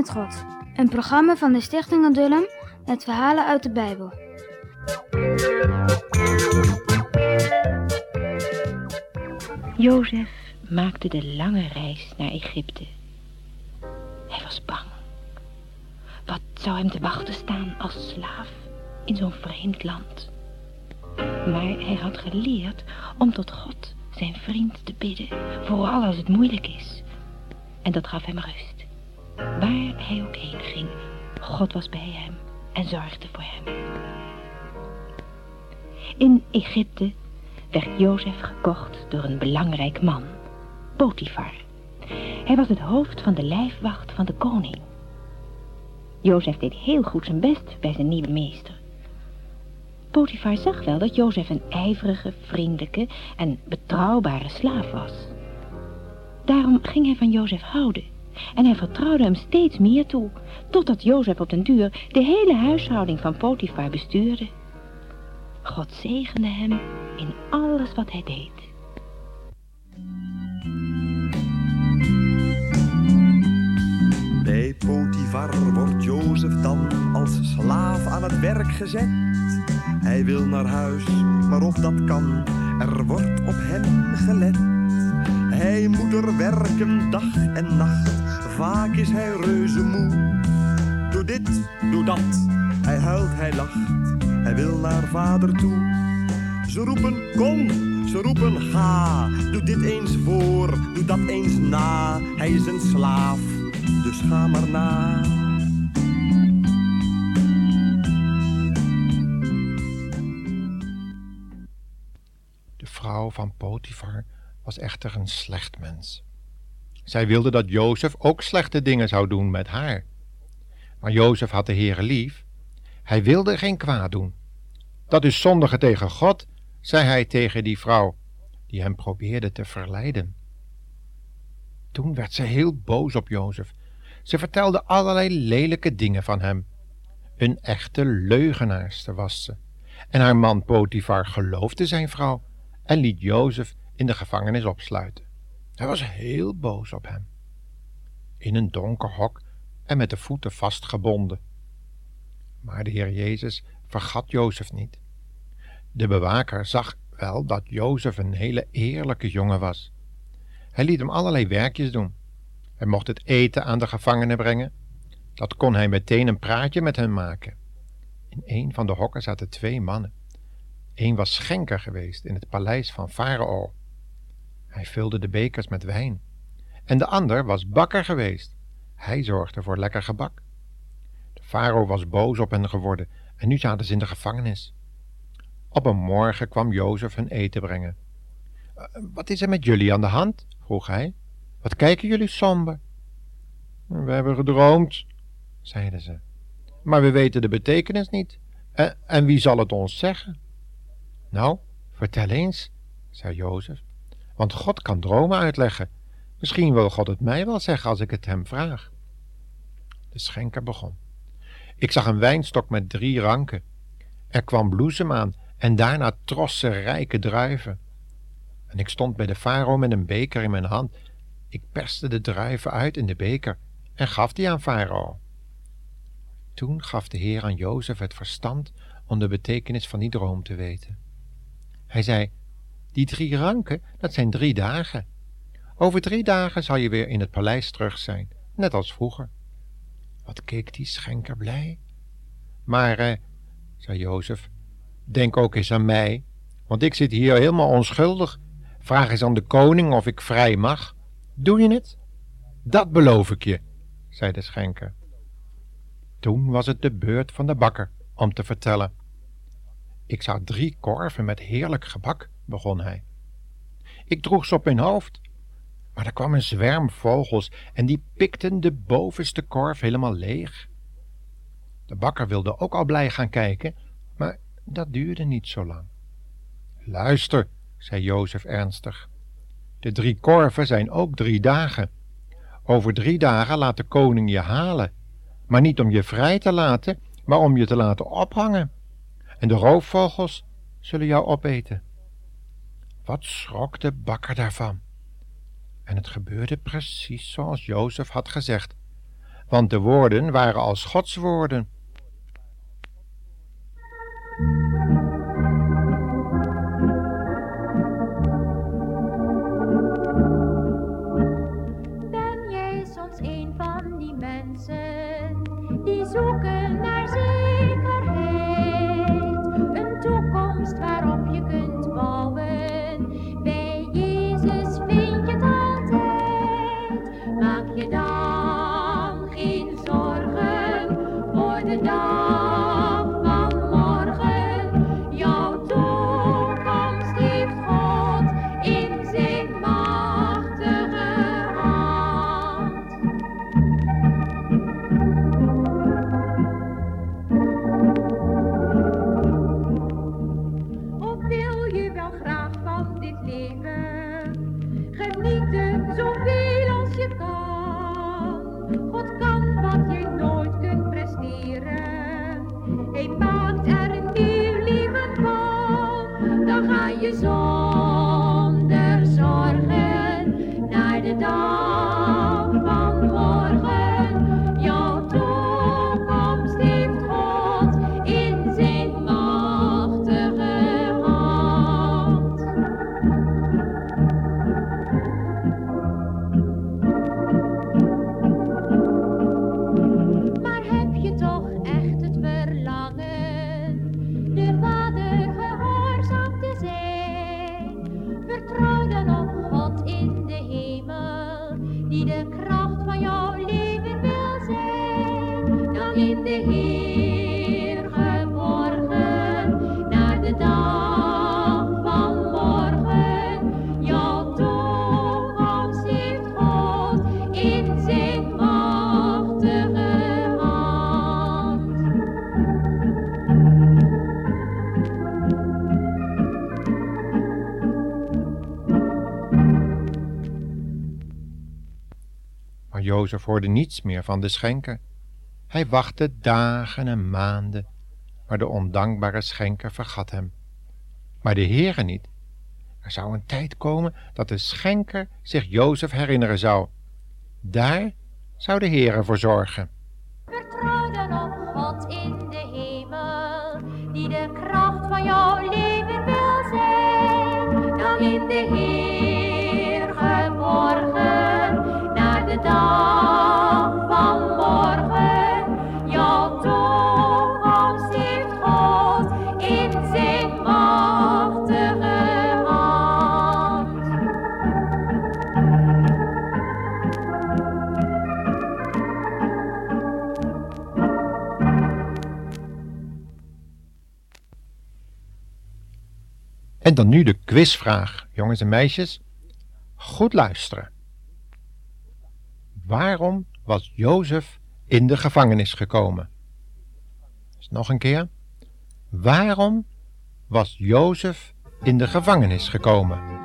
met God. Een programma van de Stichting Adullam met verhalen uit de Bijbel. Jozef maakte de lange reis naar Egypte. Hij was bang. Wat zou hem te wachten staan als slaaf in zo'n vreemd land? Maar hij had geleerd om tot God, zijn vriend, te bidden, vooral als het moeilijk is. En dat gaf hem rust. Waar hij ook heen ging, God was bij hem en zorgde voor hem. In Egypte werd Jozef gekocht door een belangrijk man, Potifar. Hij was het hoofd van de lijfwacht van de koning. Jozef deed heel goed zijn best bij zijn nieuwe meester. Potifar zag wel dat Jozef een ijverige, vriendelijke en betrouwbare slaaf was. Daarom ging hij van Jozef houden en hij vertrouwde hem steeds meer toe, totdat Jozef op den duur de hele huishouding van Potifar bestuurde. God zegende hem in alles wat hij deed. Bij Potifar wordt Jozef dan als slaaf aan het werk gezet. Hij wil naar huis, maar of dat kan, er wordt op hem gelet. Hij moet er werken dag en nacht, vaak is hij reuze moe. Doe dit, doe dat, hij huilt, hij lacht, hij wil naar vader toe. Ze roepen kom, ze roepen ga, doe dit eens voor, doe dat eens na. Hij is een slaaf, dus ga maar na. De vrouw van Potifar was echter een slecht mens. Zij wilde dat Jozef ook slechte dingen zou doen met haar. Maar Jozef had de Heere lief. Hij wilde geen kwaad doen. Dat is zondigen tegen God, zei hij tegen die vrouw, die hem probeerde te verleiden. Toen werd ze heel boos op Jozef. Ze vertelde allerlei lelijke dingen van hem. Een echte leugenaarster was ze. En haar man Potifar geloofde zijn vrouw en liet Jozef in de gevangenis opsluiten. Hij was heel boos op hem. In een donker hok en met de voeten vastgebonden. Maar de Heer Jezus vergat Jozef niet. De bewaker zag wel dat Jozef een hele eerlijke jongen was. Hij liet hem allerlei werkjes doen. Hij mocht het eten aan de gevangenen brengen. Dat kon hij meteen een praatje met hen maken. In een van de hokken zaten 2 mannen. Eén was schenker geweest in het paleis van Farao. Hij vulde de bekers met wijn. En de ander was bakker geweest. Hij zorgde voor lekker gebak. De farao was boos op hen geworden en nu zaten ze in de gevangenis. Op een morgen kwam Jozef hun eten brengen. Wat is er met jullie aan de hand? Vroeg hij. Wat kijken jullie somber? We hebben gedroomd, zeiden ze. Maar we weten de betekenis niet. En wie zal het ons zeggen? Nou, vertel eens, zei Jozef. Want God kan dromen uitleggen. Misschien wil God het mij wel zeggen als ik het hem vraag. De schenker begon. Ik zag een wijnstok met 3 ranken. Er kwam bloesem aan en daarna trossen rijke druiven. En ik stond bij de farao met een beker in mijn hand. Ik perste de druiven uit in de beker en gaf die aan farao. Toen gaf de Heer aan Jozef het verstand om de betekenis van die droom te weten. Hij zei, die 3 ranken, dat zijn 3 dagen. Over 3 dagen zal je weer in het paleis terug zijn, net als vroeger. Wat keek die schenker blij. Maar, zei Jozef, denk ook eens aan mij, want ik zit hier helemaal onschuldig. Vraag eens aan de koning of ik vrij mag. Doe je het? Dat beloof ik je, zei de schenker. Toen was het de beurt van de bakker om te vertellen. Ik zag 3 korven met heerlijk gebak, begon hij. Ik droeg ze op mijn hoofd, maar er kwam een zwerm vogels en die pikten de bovenste korf helemaal leeg. De bakker wilde ook al blij gaan kijken, maar dat duurde niet zo lang. Luister, zei Jozef ernstig. De 3 korven zijn ook 3 dagen. Over 3 dagen laat de koning je halen, maar niet om je vrij te laten, maar om je te laten ophangen. En de roofvogels zullen jou opeten. Wat schrok de bakker daarvan? En het gebeurde precies zoals Jozef had gezegd. want de woorden waren als Gods woorden. Ben jij soms een van die mensen die zoeken naar zekerheid, een toekomst waarop je kunt bouwen? Bij Jezus vind je het altijd. Maak je dan geen zorgen voor de dag van morgen. Jouw toekomst heeft God in zijn machtige hand. Of wil je wel graag van dit leven genieten zoveel als je kan? God kan wat je nooit kunt presteren. Hij maakt er een nieuw leven van. Dan ga je zonder zorgen naar de dag van morgen. Jouw toekomst heeft God in zijn machtige hand. Maar heb je toch echt het verlangen de Vader gehoorzaam te zijn? Vertrouw dan op God in de hemel, die de kracht van jouw leven wil zijn. Dan in de Heer geborgen, naar de dag van morgen. Jouw toekomst heeft God in zijn machtige hand. Maar Jozef hoorde niets meer van de schenker. Hij wachtte dagen en maanden, maar de ondankbare schenker vergat hem. Maar de Heere niet. Er zou een tijd komen dat de schenker zich Jozef herinneren zou. Daar zou de Heere voor zorgen. Vertrouw dan op God in de hemel, die de kracht van jouw leven wil zijn. Dan in de Heer geborgen, naar de dag van morgen. Jouw toekomst heeft God in zijn machtige hand. En dan nu de quizvraag, jongens en meisjes. Goed luisteren. Waarom was Jozef in de gevangenis gekomen? Dus nog een keer. Waarom was Jozef in de gevangenis gekomen?